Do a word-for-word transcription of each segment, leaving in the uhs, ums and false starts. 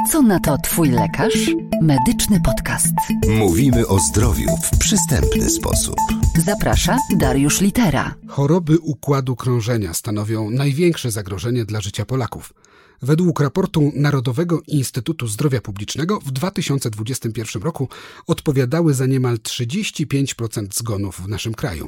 Co na to twój lekarz? Medyczny podcast. Mówimy o zdrowiu w przystępny sposób. Zaprasza Dariusz Litera. Choroby układu krążenia stanowią największe zagrożenie dla życia Polaków. Według raportu Narodowego Instytutu Zdrowia Publicznego w dwa tysiące dwudziestym pierwszym roku odpowiadały za niemal trzydzieści pięć procent zgonów w naszym kraju.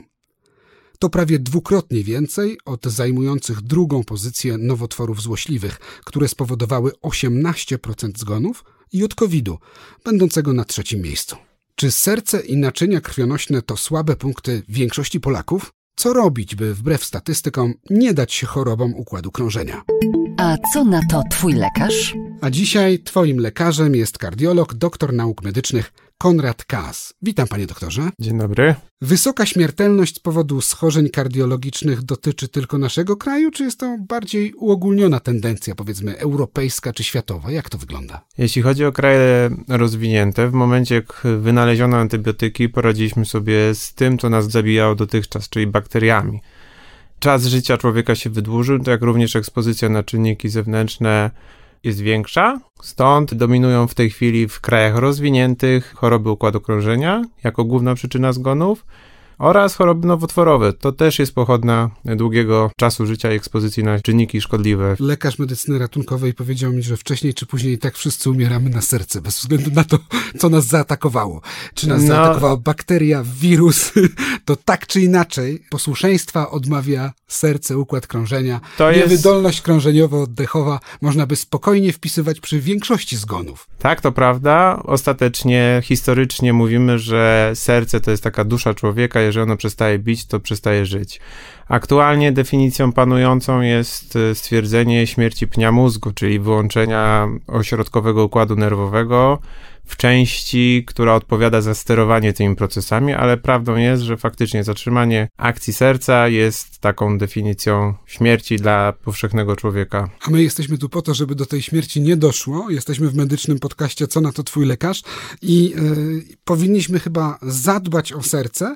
To prawie dwukrotnie więcej od zajmujących drugą pozycję nowotworów złośliwych, które spowodowały osiemnaście procent zgonów, i od kowida, będącego na trzecim miejscu. Czy serce i naczynia krwionośne to słabe punkty większości Polaków? Co robić, by wbrew statystykom nie dać się chorobom układu krążenia? A co na to twój lekarz? A dzisiaj twoim lekarzem jest kardiolog, doktor nauk medycznych Konrad Kaas. Witam, panie doktorze. Dzień dobry. Wysoka śmiertelność z powodu schorzeń kardiologicznych dotyczy tylko naszego kraju, czy jest to bardziej uogólniona tendencja, powiedzmy europejska czy światowa? Jak to wygląda? Jeśli chodzi o kraje rozwinięte, w momencie jak wynaleziono antybiotyki, poradziliśmy sobie z tym, co nas zabijało dotychczas, czyli bakteriami. Czas życia człowieka się wydłużył, tak jak również ekspozycja na czynniki zewnętrzne jest większa, stąd dominują w tej chwili w krajach rozwiniętych choroby układu krążenia jako główna przyczyna zgonów oraz choroby nowotworowe. To też jest pochodna długiego czasu życia i ekspozycji na czynniki szkodliwe. Lekarz medycyny ratunkowej powiedział mi, że wcześniej czy później i tak wszyscy umieramy na serce, bez względu na to, co nas zaatakowało. Czy nas no. zaatakowała bakteria, wirus, to tak czy inaczej posłuszeństwa odmawia serce, układ krążenia. To Niewydolność jest... krążeniowo-oddechowa można by spokojnie wpisywać przy większości zgonów. Tak, to prawda. Ostatecznie, historycznie mówimy, że serce to jest taka dusza człowieka. Jeżeli ono przestaje bić, to przestaje żyć. Aktualnie definicją panującą jest stwierdzenie śmierci pnia mózgu, czyli wyłączenia ośrodkowego układu nerwowego w części, która odpowiada za sterowanie tymi procesami, ale prawdą jest, że faktycznie zatrzymanie akcji serca jest taką definicją śmierci dla powszechnego człowieka. A my jesteśmy tu po to, żeby do tej śmierci nie doszło. Jesteśmy w medycznym podcaście Co na to twój lekarz i yy, powinniśmy chyba zadbać o serce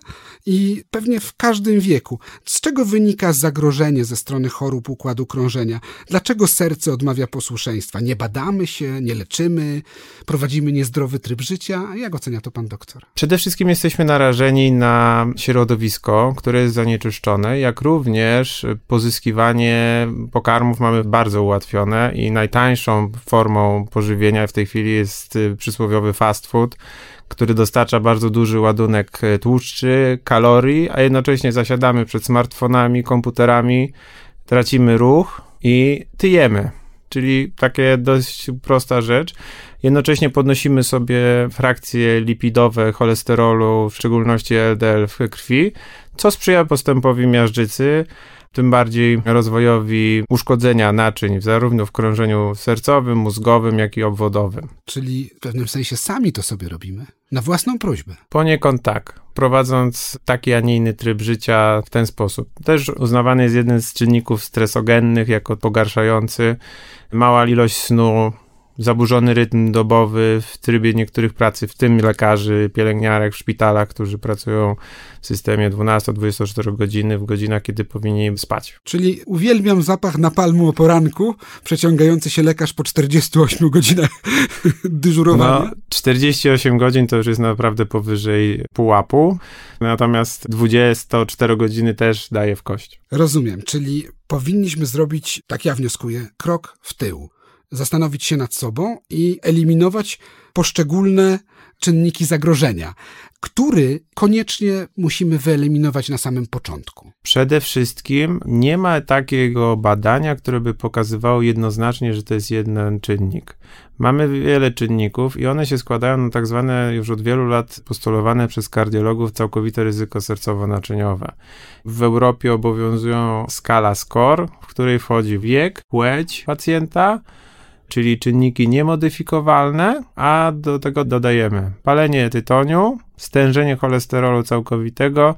i pewnie w każdym wieku. Z czego wynika zagrożenie ze strony chorób układu krążenia? Dlaczego serce odmawia posłuszeństwa? Nie badamy się, nie leczymy, prowadzimy niezdrowy tryb życia? Jak ocenia to pan doktor? Przede wszystkim jesteśmy narażeni na środowisko, które jest zanieczyszczone, jak również pozyskiwanie pokarmów mamy bardzo ułatwione i najtańszą formą pożywienia w tej chwili jest przysłowiowy fast food, który dostarcza bardzo duży ładunek tłuszczy, kalorii, a jednocześnie zasiadamy przed smartfonami, komputerami, tracimy ruch i tyjemy. Czyli takie dość prosta rzecz. Jednocześnie podnosimy sobie frakcje lipidowe cholesterolu, w szczególności L D L w krwi, co sprzyja postępowi miażdżycy, tym bardziej rozwojowi uszkodzenia naczyń, zarówno w krążeniu sercowym, mózgowym, jak i obwodowym. Czyli w pewnym sensie sami to sobie robimy? Na własną prośbę? Poniekąd tak. Prowadząc taki, a nie inny tryb życia w ten sposób. Też uznawany jest jeden z czynników stresogennych jako pogarszający. Mała ilość snu, zaburzony rytm dobowy w trybie niektórych pracy, w tym lekarzy, pielęgniarek w szpitalach, którzy pracują w systemie dwunasto do dwudziestu czterech godziny, w godzinach, kiedy powinni spać. Czyli uwielbiam zapach napalmu o poranku, przeciągający się lekarz po czterdziestu ośmiu godzinach dyżurowania. No, czterdzieści osiem godzin to już jest naprawdę powyżej pułapu, natomiast dwadzieścia cztery godziny też daje w kość. Rozumiem, czyli powinniśmy zrobić, tak ja wnioskuję, krok w tył. Zastanowić się nad sobą i eliminować poszczególne czynniki zagrożenia, który koniecznie musimy wyeliminować na samym początku. Przede wszystkim nie ma takiego badania, które by pokazywało jednoznacznie, że to jest jeden czynnik. Mamy wiele czynników i one się składają na tak zwane już od wielu lat postulowane przez kardiologów całkowite ryzyko sercowo-naczyniowe. W Europie obowiązują skala SCORE, w której wchodzi wiek, płeć pacjenta, czyli czynniki niemodyfikowalne, a do tego dodajemy palenie tytoniu, stężenie cholesterolu całkowitego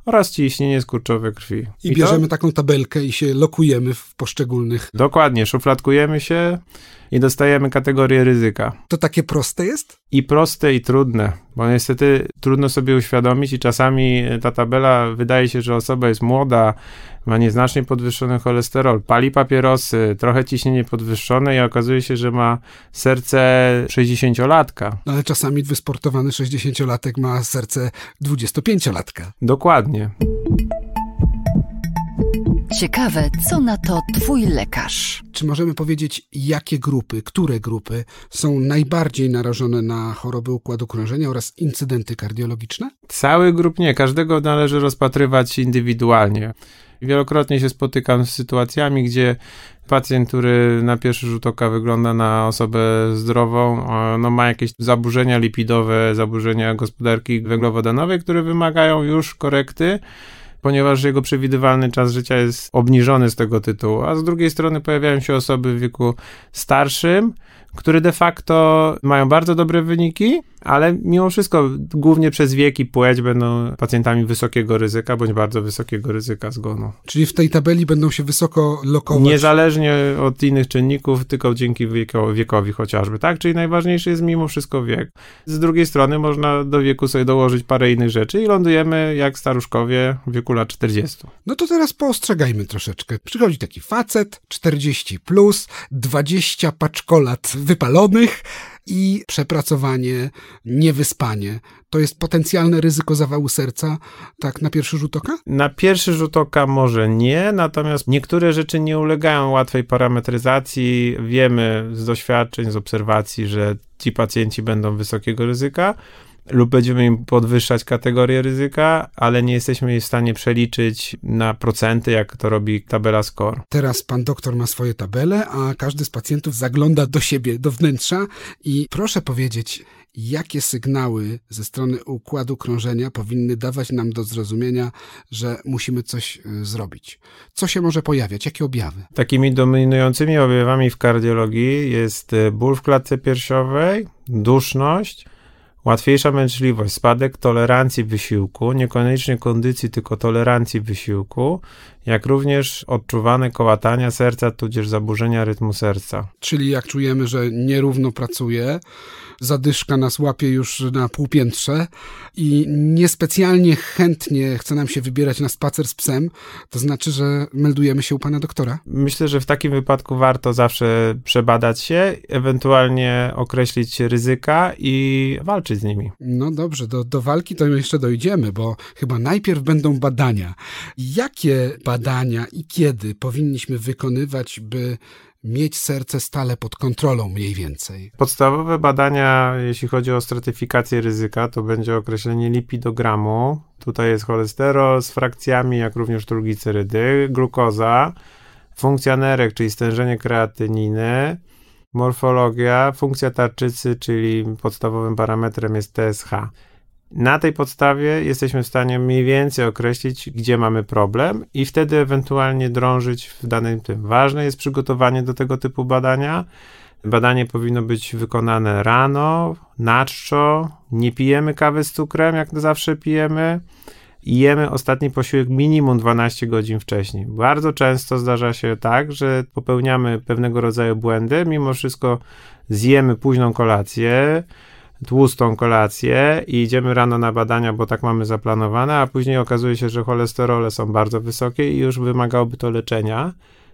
oraz ciśnienie skurczowe krwi. I, I bierzemy to? taką tabelkę i się lokujemy w poszczególnych... Dokładnie, szufladkujemy się i dostajemy kategorię ryzyka. To takie proste jest? I proste, i trudne, bo niestety trudno sobie uświadomić i czasami ta tabela wydaje się, że osoba jest młoda, ma nieznacznie podwyższony cholesterol, pali papierosy, trochę ciśnienie podwyższone i okazuje się, że ma serce sześćdziesięciolatka. No ale czasami wysportowany sześćdziesięciolatek ma serce dwudziestopięciolatka. Dokładnie. Ciekawe, co na to twój lekarz? Czy możemy powiedzieć, jakie grupy, które grupy są najbardziej narażone na choroby układu krążenia oraz incydenty kardiologiczne? Cały grup nie, każdego należy rozpatrywać indywidualnie. Wielokrotnie się spotykam z sytuacjami, gdzie pacjent, który na pierwszy rzut oka wygląda na osobę zdrową, no ma jakieś zaburzenia lipidowe, zaburzenia gospodarki węglowodanowej, które wymagają już korekty, ponieważ jego przewidywalny czas życia jest obniżony z tego tytułu, a z drugiej strony pojawiają się osoby w wieku starszym, które de facto mają bardzo dobre wyniki, ale mimo wszystko głównie przez wiek i płeć będą pacjentami wysokiego ryzyka bądź bardzo wysokiego ryzyka zgonu. Czyli w tej tabeli będą się wysoko lokować? Niezależnie od innych czynników, tylko dzięki wieko, wiekowi chociażby, tak? Czyli najważniejszy jest mimo wszystko wiek. Z drugiej strony można do wieku sobie dołożyć parę innych rzeczy i lądujemy jak staruszkowie w wieku lat czterdziestu. No to teraz poostrzegajmy troszeczkę. Przychodzi taki facet, czterdzieści plus, dwadzieścia paczkolat wypalonych i przepracowanie, niewyspanie. To jest potencjalne ryzyko zawału serca, tak na pierwszy rzut oka? Na pierwszy rzut oka może nie, natomiast niektóre rzeczy nie ulegają łatwej parametryzacji. Wiemy z doświadczeń, z obserwacji, że ci pacjenci będą wysokiego ryzyka lub będziemy im podwyższać kategorię ryzyka, ale nie jesteśmy w stanie przeliczyć na procenty, jak to robi tabela SCORE. Teraz pan doktor ma swoje tabele, a każdy z pacjentów zagląda do siebie, do wnętrza i proszę powiedzieć, jakie sygnały ze strony układu krążenia powinny dawać nam do zrozumienia, że musimy coś y, zrobić. Co się może pojawiać? Jakie objawy? Takimi dominującymi objawami w kardiologii jest ból w klatce piersiowej, duszność, łatwiejsza męczliwość, spadek tolerancji wysiłku, niekoniecznie kondycji, tylko tolerancji wysiłku, jak również odczuwane kołatania serca, tudzież zaburzenia rytmu serca. Czyli jak czujemy, że nierówno pracuje, zadyszka nas łapie już na półpiętrze i niespecjalnie chętnie chce nam się wybierać na spacer z psem, to znaczy, że meldujemy się u pana doktora? Myślę, że w takim wypadku warto zawsze przebadać się, ewentualnie określić ryzyka i walczyć z nimi. No dobrze, do, do walki to jeszcze dojdziemy, bo chyba najpierw będą badania. Jakie badania i kiedy powinniśmy wykonywać, by mieć serce stale pod kontrolą mniej więcej? Podstawowe badania, jeśli chodzi o stratyfikację ryzyka, to będzie określenie lipidogramu. Tutaj jest cholesterol z frakcjami, jak również trójglicerydy, glukoza, funkcja nerek, czyli stężenie kreatyniny, morfologia, funkcja tarczycy, czyli podstawowym parametrem jest T S H. Na tej podstawie jesteśmy w stanie mniej więcej określić, gdzie mamy problem i wtedy ewentualnie drążyć w danym tym. Ważne jest przygotowanie do tego typu badania. Badanie powinno być wykonane rano, na czczo, nie pijemy kawy z cukrem, jak zawsze pijemy. I jemy ostatni posiłek minimum dwanaście godzin wcześniej. Bardzo często zdarza się tak, że popełniamy pewnego rodzaju błędy, mimo wszystko zjemy późną kolację, tłustą kolację i idziemy rano na badania, bo tak mamy zaplanowane, a później okazuje się, że cholesterole są bardzo wysokie i już wymagałoby to leczenia,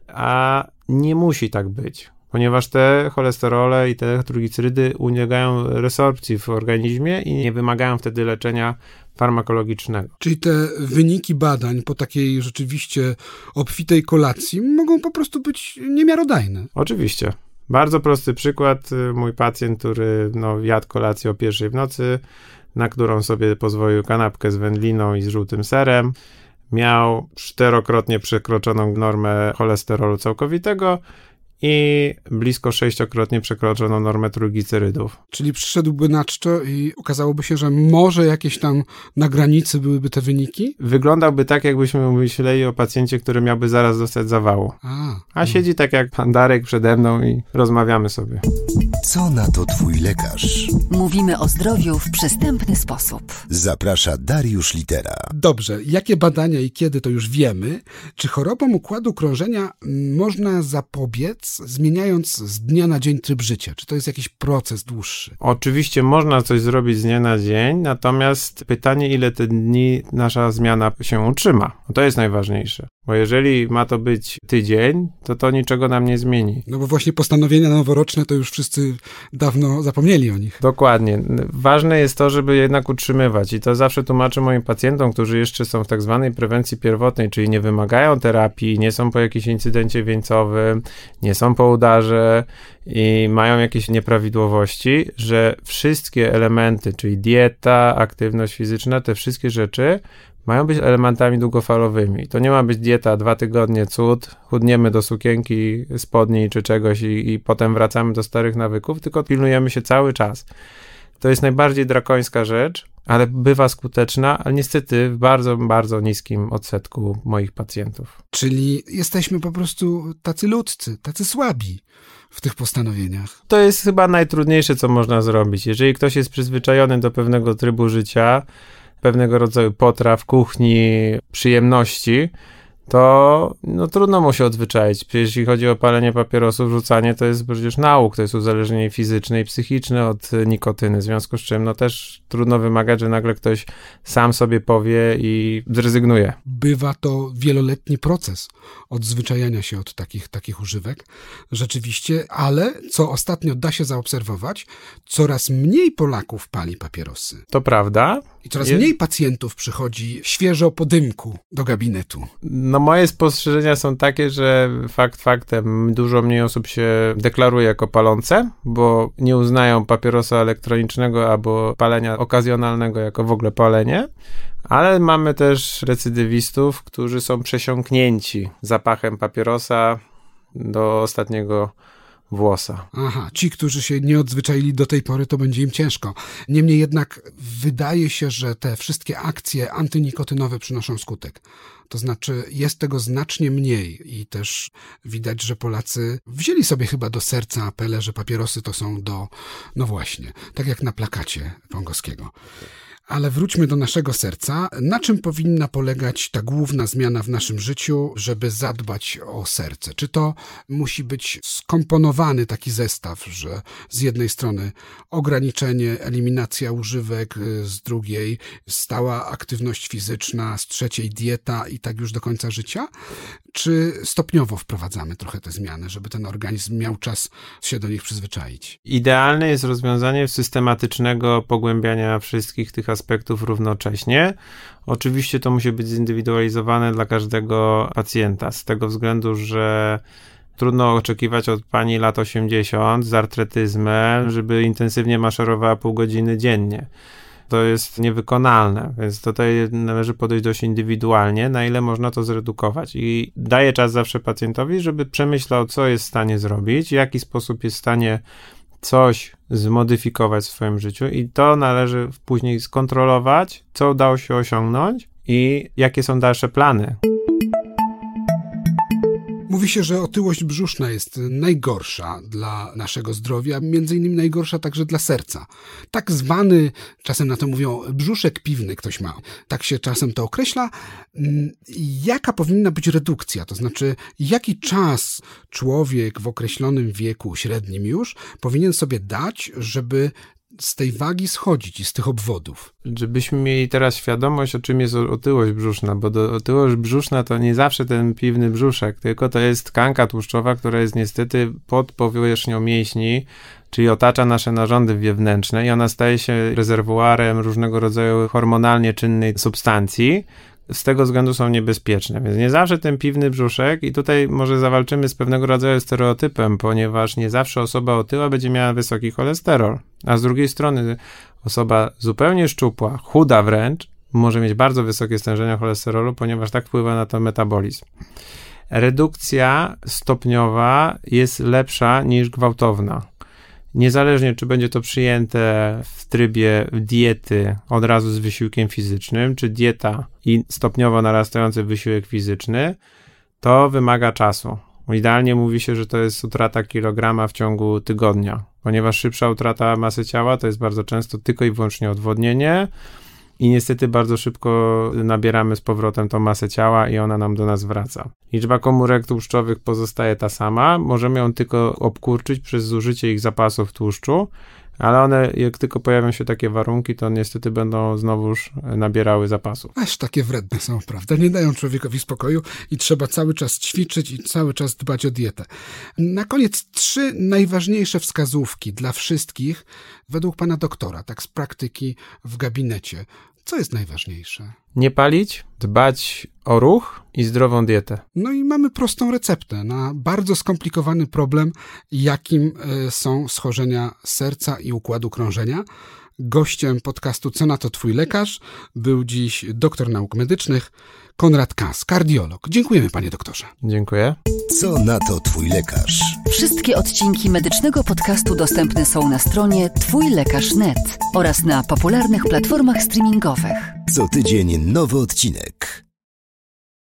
a nie musi tak być, ponieważ te cholesterole i te trójglicerydy ulegają resorpcji w organizmie i nie wymagają wtedy leczenia farmakologicznego. Czyli te wyniki badań po takiej rzeczywiście obfitej kolacji mogą po prostu być niemiarodajne. Oczywiście. Bardzo prosty przykład. Mój pacjent, który no, jadł kolację o pierwszej w nocy, na którą sobie pozwolił kanapkę z wędliną i z żółtym serem, miał czterokrotnie przekroczoną normę cholesterolu całkowitego i blisko sześciokrotnie przekroczoną normę trójglicerydów. Czyli przyszedłby na czczo i okazałoby się, że może jakieś tam na granicy byłyby te wyniki? Wyglądałby tak, jakbyśmy myśleli o pacjencie, który miałby zaraz dostać zawału. A, A siedzi tak jak pan Darek przede mną i rozmawiamy sobie. Co na to twój lekarz? Mówimy o zdrowiu w przystępny sposób. Zaprasza Dariusz Litera. Dobrze, jakie badania i kiedy to już wiemy? Czy chorobom układu krążenia można zapobiec, zmieniając z dnia na dzień tryb życia? Czy to jest jakiś proces dłuższy? Oczywiście można coś zrobić z dnia na dzień, natomiast pytanie, ile te dni nasza zmiana się utrzyma. To jest najważniejsze. Bo jeżeli ma to być tydzień, to to niczego nam nie zmieni. No bo właśnie postanowienia noworoczne to już wszyscy dawno zapomnieli o nich. Dokładnie. Ważne jest to, żeby jednak utrzymywać i to zawsze tłumaczę moim pacjentom, którzy jeszcze są w tak zwanej prewencji pierwotnej, czyli nie wymagają terapii, nie są po jakimś incydencie wieńcowym, nie są po udarze i mają jakieś nieprawidłowości, że wszystkie elementy, czyli dieta, aktywność fizyczna, te wszystkie rzeczy mają być elementami długofalowymi. To nie ma być dieta dwa tygodnie, cud, chudniemy do sukienki, spodni czy czegoś i, i potem wracamy do starych nawyków, tylko pilnujemy się cały czas. To jest najbardziej drakońska rzecz, ale bywa skuteczna, ale niestety w bardzo, bardzo niskim odsetku moich pacjentów. Czyli jesteśmy po prostu tacy ludzcy, tacy słabi w tych postanowieniach. To jest chyba najtrudniejsze, co można zrobić. Jeżeli ktoś jest przyzwyczajony do pewnego trybu życia, pewnego rodzaju potraw, kuchni, przyjemności, to no, trudno mu się odzwyczaić. Jeśli chodzi o palenie papierosów, rzucanie, to jest przecież nauk, to jest uzależnienie fizyczne i psychiczne od nikotyny, w związku z czym no też trudno wymagać, że nagle ktoś sam sobie powie i zrezygnuje. Bywa to wieloletni proces odzwyczajania się od takich, takich używek, rzeczywiście, ale co ostatnio da się zaobserwować, coraz mniej Polaków pali papierosy. To prawda. I coraz Je... mniej pacjentów przychodzi świeżo po dymku do gabinetu. No moje spostrzeżenia są takie, że fakt faktem dużo mniej osób się deklaruje jako palące, bo nie uznają papierosa elektronicznego albo palenia okazjonalnego jako w ogóle palenie, ale mamy też recydywistów, którzy są przesiąknięci zapachem papierosa do ostatniego włosa. Aha, ci, którzy się nie odzwyczaili do tej pory, to będzie im ciężko. Niemniej jednak wydaje się, że te wszystkie akcje antynikotynowe przynoszą skutek. To znaczy jest tego znacznie mniej i też widać, że Polacy wzięli sobie chyba do serca apele, że papierosy to są do, no właśnie, tak jak na plakacie Pongowskiego. Ale wróćmy do naszego serca. Na czym powinna polegać ta główna zmiana w naszym życiu, żeby zadbać o serce? Czy to musi być skomponowany taki zestaw, że z jednej strony ograniczenie, eliminacja używek, z drugiej stała aktywność fizyczna, z trzeciej dieta i tak już do końca życia? Czy stopniowo wprowadzamy trochę te zmiany, żeby ten organizm miał czas się do nich przyzwyczaić? Idealne jest rozwiązanie systematycznego pogłębiania wszystkich tych aspektów równocześnie. Oczywiście to musi być zindywidualizowane dla każdego pacjenta, z tego względu, że trudno oczekiwać od pani lat osiemdziesiąt z artretyzmem, żeby intensywnie maszerowała pół godziny dziennie. To jest niewykonalne, więc tutaj należy podejść dość indywidualnie, na ile można to zredukować. I daję czas zawsze pacjentowi, żeby przemyślał, co jest w stanie zrobić, w jaki sposób jest w stanie coś zmodyfikować w swoim życiu i to należy później skontrolować, co udało się osiągnąć i jakie są dalsze plany. Mówi się, że otyłość brzuszna jest najgorsza dla naszego zdrowia, między innymi najgorsza także dla serca. Tak zwany, czasem na to mówią, brzuszek piwny ktoś ma. Tak się czasem to określa. Jaka powinna być redukcja? To znaczy, jaki czas człowiek w określonym wieku, średnim już, powinien sobie dać, żeby z tej wagi schodzić i z tych obwodów? Żebyśmy mieli teraz świadomość, o czym jest otyłość brzuszna, bo do, otyłość brzuszna to nie zawsze ten piwny brzuszek, tylko to jest tkanka tłuszczowa, która jest niestety pod powierzchnią mięśni, czyli otacza nasze narządy wewnętrzne i ona staje się rezerwuarem różnego rodzaju hormonalnie czynnej substancji. Z tego względu są niebezpieczne, więc nie zawsze ten piwny brzuszek i tutaj może zawalczymy z pewnego rodzaju stereotypem, ponieważ nie zawsze osoba otyła będzie miała wysoki cholesterol, a z drugiej strony osoba zupełnie szczupła, chuda wręcz, może mieć bardzo wysokie stężenia cholesterolu, ponieważ tak wpływa na to metabolizm. Redukcja stopniowa jest lepsza niż gwałtowna. Niezależnie, czy będzie to przyjęte w trybie diety od razu z wysiłkiem fizycznym, czy dieta i stopniowo narastający wysiłek fizyczny, to wymaga czasu. Idealnie mówi się, że to jest utrata kilograma w ciągu tygodnia. ponieważ szybsza utrata masy ciała to jest bardzo często tylko i wyłącznie odwodnienie i niestety bardzo szybko nabieramy z powrotem tą masę ciała i ona nam do nas wraca. Liczba komórek tłuszczowych pozostaje ta sama, możemy ją tylko obkurczyć przez zużycie ich zapasów tłuszczu, ale one, jak tylko pojawią się takie warunki, to niestety będą znowuż nabierały zapasu. Aż takie wredne są, prawda? Nie dają człowiekowi spokoju i trzeba cały czas ćwiczyć i cały czas dbać o dietę. Na koniec trzy najważniejsze wskazówki dla wszystkich według pana doktora, tak z praktyki w gabinecie. Co jest najważniejsze? Nie palić, dbać o ruch i zdrową dietę. No i mamy prostą receptę na bardzo skomplikowany problem, jakim są schorzenia serca i układu krążenia. Gościem podcastu Co na to twój lekarz był dziś doktor nauk medycznych Konrad Kas, kardiolog. Dziękujemy, panie doktorze. Dziękuję. Co na to twój lekarz? Wszystkie odcinki medycznego podcastu dostępne są na stronie twój lekarz kropka net oraz na popularnych platformach streamingowych. Co tydzień nowy odcinek.